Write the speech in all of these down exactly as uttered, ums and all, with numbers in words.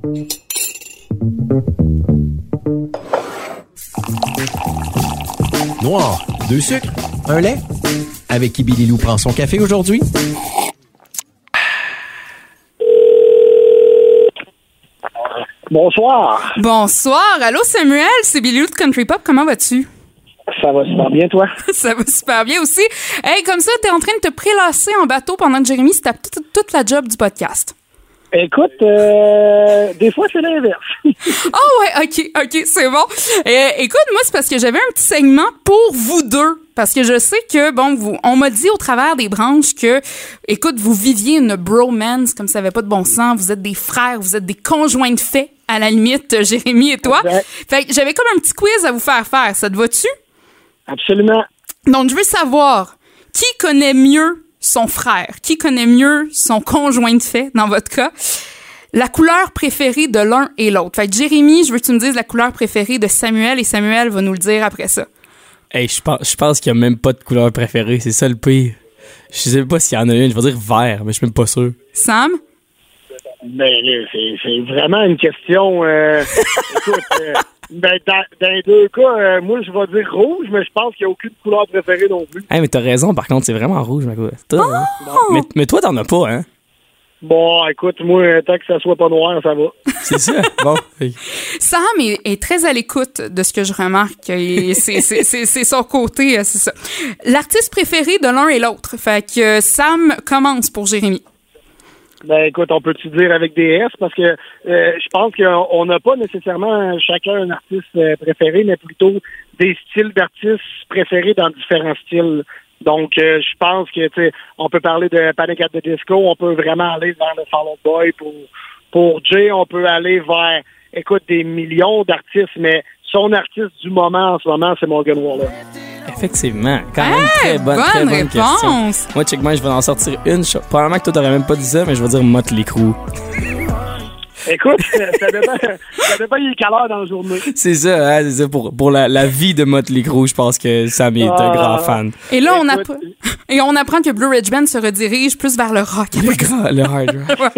Noir, deux sucres, un lait. Avec qui Billy Lou prend son café aujourd'hui? Bonsoir. Bonsoir. Allô, Samuel? C'est Billy Lou de Country Pop. Comment vas-tu? Ça va super bien, toi? Ça va super bien aussi. Hey, comme ça, t'es en train de te prélasser en bateau pendant que Jérémy se tape toute, toute la job du podcast. Écoute, euh, des fois, c'est l'inverse. Oh ouais, OK, OK, c'est bon. Euh, écoute, moi, c'est parce que j'avais un petit segment pour vous deux. Parce que je sais que, bon, vous, on m'a dit au travers des branches que, écoute, vous viviez une bromance comme ça n'avait pas de bon sens. Vous êtes des frères, vous êtes des conjoints de fait, à la limite, Jérémy et toi. Exact. Fait que j'avais comme un petit quiz à vous faire faire. Ça te va-tu? Absolument. Donc, je veux savoir, qui connaît mieux son frère? Qui connaît mieux son conjoint de fait, dans votre cas? La couleur préférée de l'un et l'autre. Fait que Jérémy, je veux que tu me dises la couleur préférée de Samuel et Samuel va nous le dire après ça. Hey, je pense, je pense qu'il n'y a même pas de couleur préférée. C'est ça le pire. Je sais pas s'il y en a une. Je vais dire vert, mais je suis même pas sûr. Sam? Ben, là, c'est, c'est vraiment une question. Euh, écoute, euh, ben, dans, dans les deux cas, euh, moi, je vais dire rouge, mais je pense qu'il n'y a aucune couleur préférée non plus. Hey, mais t'as raison, par contre, c'est vraiment rouge, ma couille. Toi, hein? mais, mais toi, t'en as pas, hein? Bon, écoute, moi, tant que ça soit pas noir, ça va. C'est ça? Bon. Sam est, est très à l'écoute de ce que je remarque. Et c'est, c'est, c'est, c'est son côté, c'est ça. L'artiste préféré de l'un et l'autre. Fait que Sam commence pour Jérémy. Ben, écoute, on peut-tu dire avec des S, parce que euh, je pense qu'on n'a pas nécessairement chacun un artiste euh, préféré, mais plutôt des styles d'artistes préférés dans différents styles. Donc, euh, je pense que, tu sais, on peut parler de Panic at the Disco, on peut vraiment aller vers le Fall Out Boy. Pour, pour Jay, on peut aller vers, écoute, des millions d'artistes, mais son artiste du moment en ce moment, c'est Morgan Wallen. Effectivement. Quand même, hey, très bonne, bonne très bonne réponse. question. Moi, check moi, je vais en sortir une. Probablement que toi, t'aurais même pas dit ça, mais je vais dire Motley Crue. Écoute, ça dépend, ça dépend il est quelle heure dans la journée. C'est ça, hein, c'est ça. Pour, pour la, la vie de Motley Crue, je pense que Sam est un Ah. grand fan. Et là, on, Écoute, app- et on apprend que Blue Ridge Band se redirige plus vers le rock. Le, grand, le hard rock.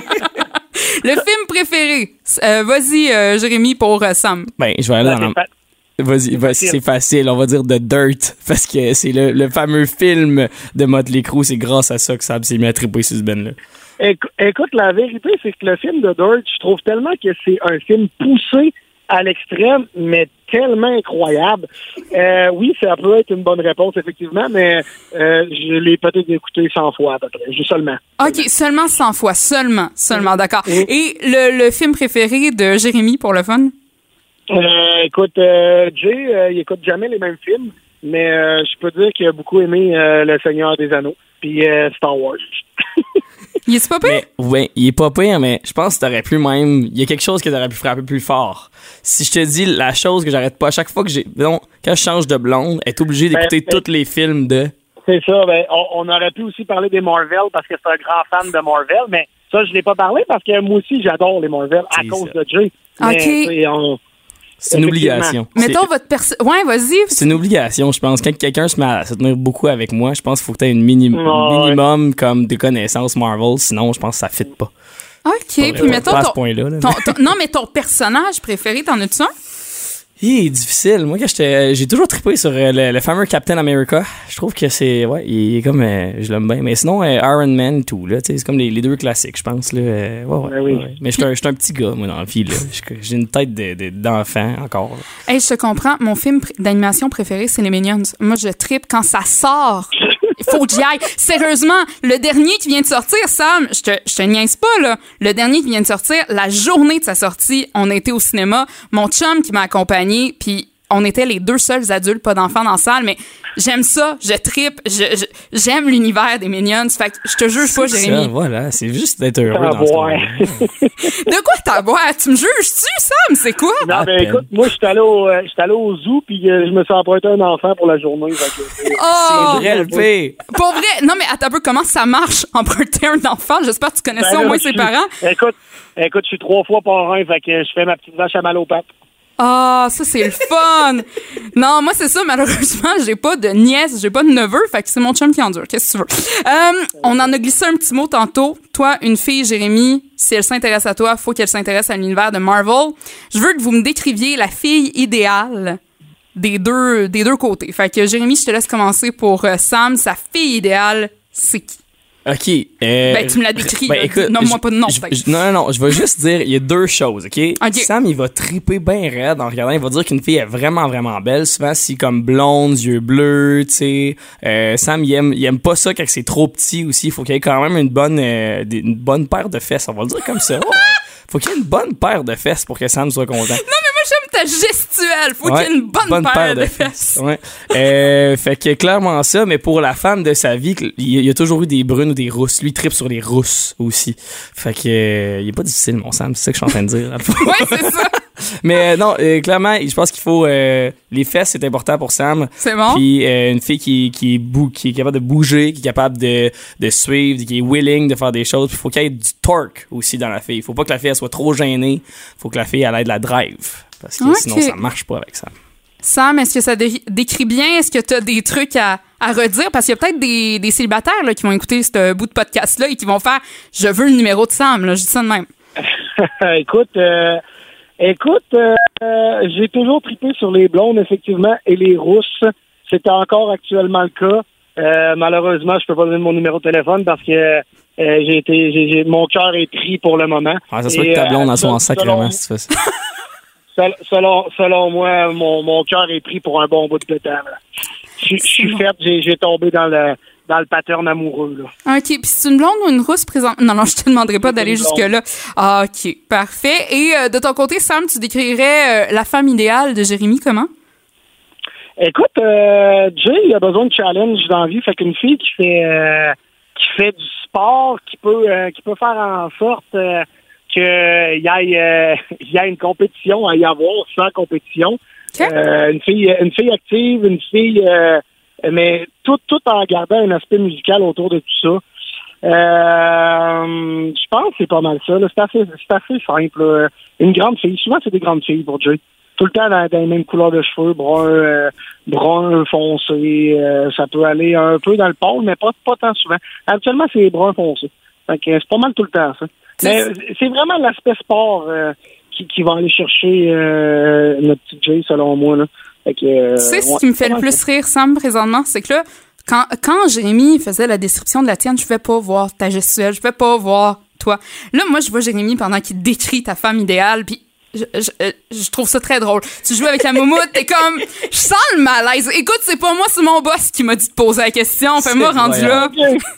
Le film préféré. Euh, vas-y, euh, Jérémy, pour euh, Sam. Ben, je vais aller dans... c'est fa- Vas-y, vas-y, c'est facile. On va dire The Dirt, parce que c'est le, le fameux film de Motley Crue. C'est grâce à ça que Sam s'est mis à triper sur ce ben-là. Éc- Écoute, la vérité, c'est que le film de Dirt, je trouve tellement que c'est un film poussé à l'extrême, mais tellement incroyable. Euh, oui, ça peut être une bonne réponse, effectivement, mais euh, je l'ai peut-être écouté cent fois à peu près, juste seulement. OK, seulement cent fois. Seulement. Seulement, d'accord. Et le, le film préféré de Jérémy, pour le fun? Euh, écoute, euh, Jay, euh, il écoute jamais les mêmes films, mais euh, je peux dire qu'il a beaucoup aimé euh, Le Seigneur des Anneaux, puis euh, Star Wars. Il est pas pire? Mais, ouais, il est pas pire, mais je pense que t'aurais pu même... Il y a quelque chose que t'aurais pu frapper plus fort. Si je te dis la chose que j'arrête pas, à chaque fois que j'ai... Non, quand je change de blonde, elle est obligée d'écouter Ben, ben, tous les films de... C'est ça, ben, on, on aurait pu aussi parler des Marvel, parce que c'est un grand fan de Marvel, mais ça, je l'ai pas parlé, parce que moi aussi, j'adore les Marvel, à C'est cause ça. de Jay. Mais, OK. tu sais, on- C'est une obligation. Mettons C'est- votre perso... Ouais, vas-y. C'est une obligation, je pense. Quand quelqu'un se met à se tenir beaucoup avec moi, je pense qu'il faut que tu aies une mini- Ouais. minimum comme de connaissances Marvel, sinon je pense que ça fit pas. OK, puis Pas- mettons pas à ce ton, point-là. là. ton- ton- non, mais ton personnage préféré, t'en as-tu un? Il est difficile. Moi, quand j'étais, j'ai toujours trippé sur euh, le, le fameux Captain America. Je trouve que c'est, ouais, il est comme, euh, je l'aime bien. Mais sinon, euh, Iron Man, tout, là, tu sais, c'est comme les, les deux classiques, je pense, là. Euh, ouais, ouais, Ben oui. ouais. Mais je suis un, j'suis un petit gars, moi, dans la vie, là. J'ai- J'ai une tête de, de- d'enfant, encore. là. Hey, je te comprends. Mon film pr- d'animation préféré, c'est Les Minions. Moi, je trippe quand ça sort. Il faut que j'y aille. Sérieusement, le dernier qui vient de sortir, Sam, je te, je te niaise pas, là. Le dernier qui vient de sortir, la journée de sa sortie, on était au cinéma. Mon chum qui m'a accompagné, puis on était les deux seuls adultes, pas d'enfants dans la salle, mais j'aime ça, je trippe, je, je- j'aime l'univers des Minions. Fait que je te juge pas, C'est Jérémy. ça, voilà. C'est juste d'être heureux Ah, dans ce ouais. monde. De quoi t'as à boire? Tu me juges-tu, Sam? C'est quoi? Non, À ben peine. écoute, moi, je suis allé au, euh, j'étais allé au zoo, puis euh, je me suis emprunté un enfant pour la journée. Fait que, euh, Oh! C'est vrai, le pire. Pour vrai, non mais attends un peu, comment ça marche emprunter un enfant? J'espère que tu connaissais ben au là, moins je ses suis- parents. Écoute, écoute, je suis trois fois parrain, fait que je fais ma petite vache à mal aux pattes. Ah, ça, c'est le fun! Non, moi, c'est ça, malheureusement, j'ai pas de nièce, j'ai pas de neveu, fait que c'est mon chum qui endure. Qu'est-ce que tu veux? Euh, on en a glissé un petit mot tantôt. Toi, une fille, Jérémy, si elle s'intéresse à toi, faut qu'elle s'intéresse à l'univers de Marvel. Je veux que vous me décriviez la fille idéale des deux, des deux côtés. Fait que, Jérémy, je te laisse commencer pour euh, Sam. Sa fille idéale, c'est qui? OK. Euh, ben, tu me l'as décrit. Ben, écoute, nomme-moi pas de nom. Je, je, non, non, non. Je vais juste dire, il y a deux choses, OK? OK. Sam, il va triper bien raide en regardant. Il va dire qu'une fille est vraiment, vraiment belle. Souvent, si comme blonde, yeux bleus, tu sais. Euh, Sam, il aime, il aime pas ça quand c'est trop petit aussi. Il faut qu'il y ait quand même une bonne, euh, une bonne paire de fesses. On va le dire comme ça. Ouais. Faut qu'il y ait une bonne paire de fesses pour que Sam soit content. Non, mais moi, j'aime ta gestuelle. Faut ouais, qu'il y ait une bonne, bonne paire, paire de, de fesses. fesses. Ouais. euh, fait que clairement ça, mais pour la femme de sa vie, il y a toujours eu des brunes ou des rousses. Lui, il tripe sur les rousses aussi. Fait que euh, il est pas difficile, mon Sam. C'est ça que je suis en train de dire. Ouais, c'est ça. Mais euh, non, euh, clairement, je pense qu'il faut... Euh, les fesses, c'est important pour Sam. C'est bon. Puis euh, une fille qui, qui, est bou- qui est capable de bouger, qui est capable de, de suivre, qui est willing de faire des choses. Puis il faut qu'il y ait du torque aussi dans la fille. Il faut pas que la fille elle soit trop gênée. Il faut que la fille elle ait de la drive. Parce que okay. sinon, ça marche pas avec Sam. Sam, est-ce que ça dé- décrit bien? Est-ce que tu as des trucs à, à redire? Parce qu'il y a peut-être des, des célibataires là, qui vont écouter ce bout de podcast-là et qui vont faire « Je veux le numéro de Sam ». Là, je dis ça de même. Écoute... Euh... Écoute, euh, j'ai toujours trippé sur les blondes, effectivement, et les rousses. C'est encore actuellement le cas. Euh, malheureusement, je peux pas donner mon numéro de téléphone parce que euh, j'ai été, j'ai, j'ai, mon cœur est pris pour le moment. Ah, ça se voit que ta blonde en soit en sacrement, si tu fais ça. Selon, selon, selon moi, mon, mon cœur est pris pour un bon bout de temps. Je suis bon. faite, j'ai, j'ai tombé dans le dans le pattern amoureux, là. OK. Puis c'est une blonde ou une rousse présente? Non, non, je te demanderai pas d'aller jusque-là. Ah, OK. Parfait. Et euh, de ton côté, Sam, tu décrirais euh, la femme idéale de Jérémy comment? Écoute, euh, Jay, il a besoin de challenge dans la vie. Fait qu'une fille qui fait euh, qui fait du sport, qui peut euh, qui peut faire en sorte euh, qu'il y ait euh, il y ait une compétition à y avoir sans compétition. Okay. Euh, une fille une fille active, une fille euh, mais tout, tout en gardant un aspect musical autour de tout ça. Euh, je pense que c'est pas mal ça. Là. C'est assez, c'est assez simple. Là. Une grande fille. Souvent, c'est des grandes filles pour Jay. Tout le temps dans, dans les mêmes couleurs de cheveux, brun, euh, brun foncé. Euh, ça peut aller un peu dans le pôle, mais pas, pas tant souvent. Habituellement, c'est brun foncé. Donc, c'est pas mal tout le temps, ça. Mais c'est vraiment l'aspect sport euh, qui, qui va aller chercher euh, notre petit Jay, selon moi, là. Que, euh, tu sais, ce ouais, qui me fait le plus rire, Sam, présentement, c'est que là, quand, quand Jérémy faisait la description de la tienne, je ne pouvais pas voir ta gestuelle, je ne pouvais pas voir toi. Là, moi, je vois Jérémy pendant qu'il décrit ta femme idéale, puis je, je, je trouve ça très drôle. Tu joues avec la moumoute, t'es comme... Je sens le malaise. Écoute, c'est pas moi, c'est mon boss qui m'a dit de poser la question. Fais-moi rendu là.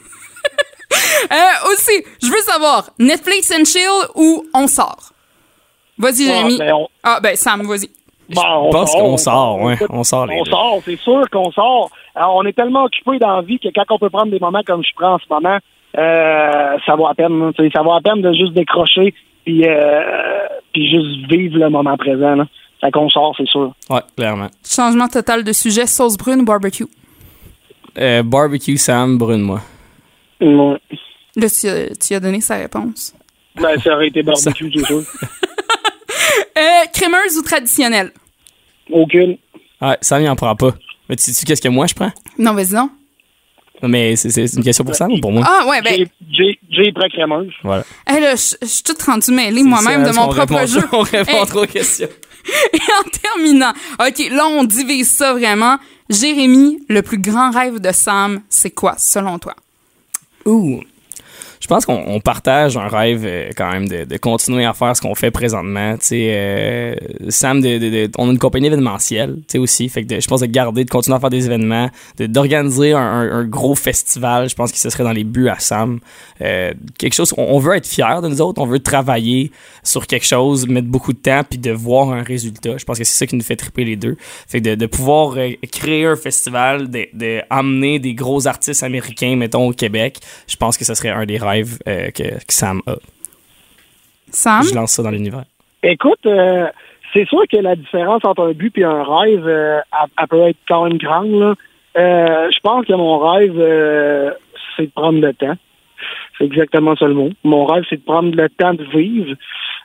euh, aussi, je veux savoir, Netflix and chill ou on sort? Vas-y, Jérémy. Ah, ben, on... ah, ben Sam, vas-y. Bon, je pense qu'on sort, ouais. On sort les On deux. sort, c'est sûr qu'on sort. Alors, on est tellement occupé dans la vie que quand on peut prendre des moments comme je prends en ce moment, euh, ça vaut à peine. Hein, ça vaut à peine de juste décrocher puis, euh, puis juste vivre le moment présent. Là. Fait qu'on sort, c'est sûr. Ouais, clairement. Changement total de sujet, sauce brune ou barbecue? Euh, barbecue, Sam, brune, moi. Ouais. Là, tu as, tu as donné sa réponse. Ben, ça aurait été barbecue, c'est sûr. Euh, crémeuse ou traditionnelle? Aucune. Ouais, Sam, il en prend pas. Mais tu sais qu'est-ce que moi je prends? Non, vas-y non. Non, mais c'est, c'est une question pour Sam ou pour moi? Ah, ouais, ben. J'ai, j'ai prêt crémeuse. Voilà. Hey, là, je suis toute rendue mêlée moi-même ça, de mon propre jeu. On répond hey. trop aux questions. Et en terminant, OK, là, on divise ça vraiment. Jérémy, le plus grand rêve de Sam, c'est quoi, selon toi? Ouh. Je pense qu'on on partage un rêve euh, quand même de, de continuer à faire ce qu'on fait présentement. Tu sais, euh, Sam, de, de, de, on a une compagnie événementielle, tu sais aussi. Fait que de, je pense de garder, de continuer à faire des événements, de, d'organiser un, un, un gros festival. Je pense que ce serait dans les buts à Sam. Euh, quelque chose. On, on veut être fiers de nous autres. On veut travailler sur quelque chose, mettre beaucoup de temps, puis de voir un résultat. Je pense que c'est ça qui nous fait triper les deux. Fait que de, de pouvoir euh, créer un festival, de, de amener des gros artistes américains, mettons au Québec. Je pense que ce serait un des rêves Euh, que, que Sam a. Sam? Je lance ça dans l'univers. Écoute, euh, c'est sûr que la différence entre un but et un rêve, euh, elle, elle peut être quand même grande. Là. Euh, je pense que mon rêve, euh, c'est de prendre le temps. C'est exactement ça le mot. Mon rêve, c'est de prendre le temps de vivre.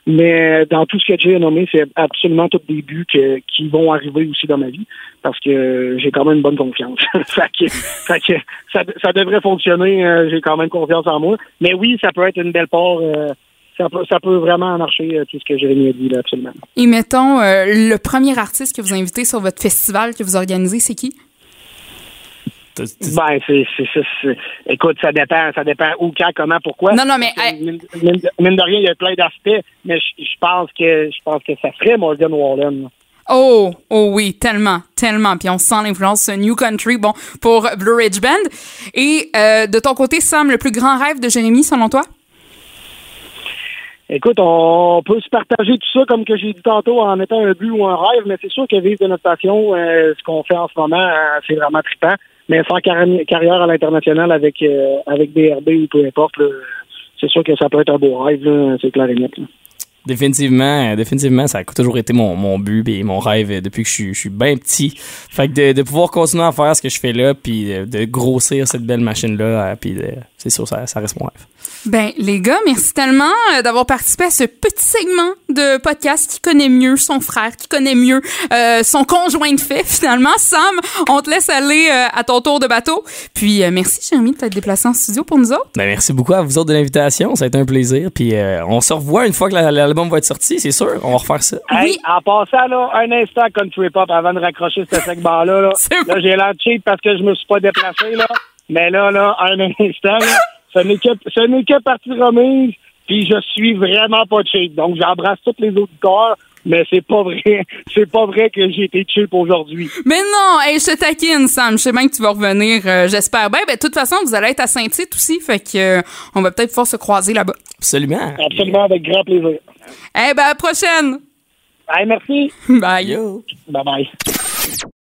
Mais dans tout ce que j'ai nommé, c'est absolument tous des buts que, qui vont arriver aussi dans ma vie, parce que j'ai quand même une bonne confiance. fait que, fait que ça, ça devrait fonctionner, euh, j'ai quand même confiance en moi. Mais oui, ça peut être une belle part, euh, ça, peut, ça peut vraiment marcher, euh, tout ce que Jérémy a dit, là, absolument. Et mettons, euh, le premier artiste que vous invitez sur votre festival que vous organisez, c'est qui? Ben, c'est, c'est, c'est, c'est, écoute, ça dépend, ça dépend où, quand, comment, pourquoi. Non, non, mais, euh, mine, mine, mine de rien, il y a plein d'aspects, mais je, je pense que, je pense que ça serait Morgan Wallen. Oh, oh oui, tellement, tellement. Puis on sent l'influence New Country, bon, pour Blue Ridge Band. Et, euh, de ton côté, Sam, le plus grand rêve de Jérémy, selon toi? Écoute, on peut se partager tout ça, comme que j'ai dit tantôt, en étant un but ou un rêve, mais c'est sûr que vivre de notre passion, euh, ce qu'on fait en ce moment, euh, c'est vraiment trippant. Mais faire carri- carrière à l'international avec euh, avec B R B ou peu importe, là, c'est sûr que ça peut être un beau rêve, là, c'est clair et net. Là. Définitivement, définitivement, ça a toujours été mon, mon but et mon rêve depuis que je suis, je suis bien petit. Fait que de, de pouvoir continuer à faire ce que je fais là, puis de, de grossir cette belle machine-là, puis de, c'est sûr, ça, ça reste mon rêve. Ben, les gars, merci tellement d'avoir participé à ce petit segment de podcast qui connaît mieux son frère, qui connaît mieux euh, son conjoint de fait, finalement. Sam, on te laisse aller euh, à ton tour de bateau. Puis, euh, merci, Jérémy, de t'être déplacé en studio pour nous autres. Ben, merci beaucoup à vous autres de l'invitation. Ça a été un plaisir. Puis, euh, on se revoit une fois que la, l'album va être sorti, c'est sûr. On va refaire ça. Hey, oui. En passant, là, un instant country pop avant de raccrocher ce segment-là. Là, là j'ai l'air cheap parce que je me suis pas déplacé, là. Mais là, là, un instant, là. Ce n'est que, ce n'est que partie remise, puis je suis vraiment pas cheap. Donc, j'embrasse tous les auditeurs, mais c'est pas vrai. C'est pas vrai que j'ai été cheap aujourd'hui. Mais non, hey, je te taquine, Sam. Je sais bien que tu vas revenir, euh, j'espère bien. Ben, de toute façon, vous allez être à Saint-Tite aussi, fait que euh, on va peut-être pouvoir se croiser là-bas. Absolument. Absolument, avec grand plaisir. Eh ben, à la prochaine! Hey, merci. Bye. Yo. Bye-bye.